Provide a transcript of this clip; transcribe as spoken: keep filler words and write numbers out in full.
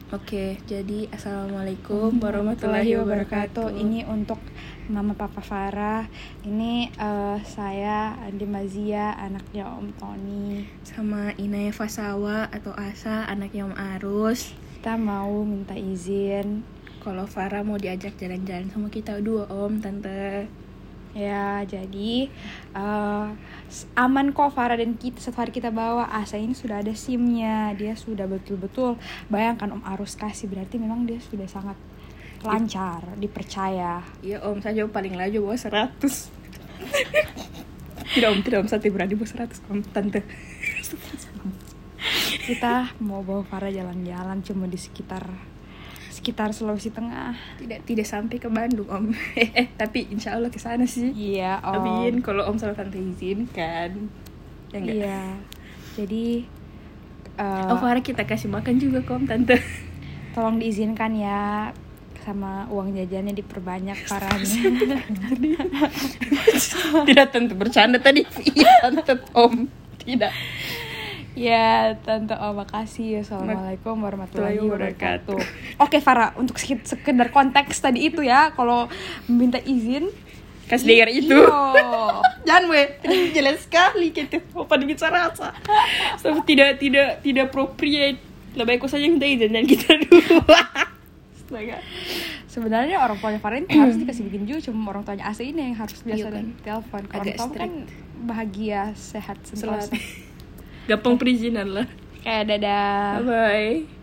Oke, jadi Assalamualaikum warahmatullahi wabarakatuh. Ini untuk Mama Papa Farah. Ini uh, saya Andi Mazia, anaknya Om Tony. Sama Inaya Fasawa atau Asa, anaknya Om Arus. Kita mau minta izin kalau Farah mau diajak jalan-jalan sama kita dua, Om, Tante. Ya, jadi uh, aman kok Farah dan kita satu hari kita bawa. Asa ini sudah ada SIM-nya. Dia sudah betul-betul, bayangkan Om Arus kasih, berarti memang dia sudah sangat lancar, dipercaya. Iya, Om, saja paling laju bawa seratus. Tidak, Om, tidak, Om, Sati berani bawa seratus, Om, Tante. Kita mau bawa Farah jalan-jalan cuma di sekitar sekitar Sulawesi Tengah. Tidak tidak sampai ke Bandung, Om. eh, eh tapi insya Allah ke sana sih. Iya, Om. Amin, kalau Om sama Tante izinkan. Ya enggak? Iya. Jadi uh, oh, Farah kita kasih makan juga kok, Om, Tante. Tolong diizinkan ya, sama uang jajannya diperbanyak Farahnya. Tidak, Tante bercanda tadi. Iya, Tante, Om. Tidak. Ya, Tante, oh makasih. Assalamualaikum warahmatullahi wabarakatuh. Oke, Farah, untuk sekedar konteks tadi itu ya, kalau minta izin kasih dengar itu. Jangan weh, jelas sekali kita apa bicara rasa. Tapi tidak tidak tidak appropriate. Lebih baik saja minta izin dan kita dua. Astaga. Sebenarnya orang tuanya Farah ini harus dikasih bikin juga, cuma orang tuanya Asa ini yang harus biasa kan? telepon. Kalau orang tua kan bahagia, sehat, sentosa. Gampang perizinan lah. Kayak dadah. Bye bye.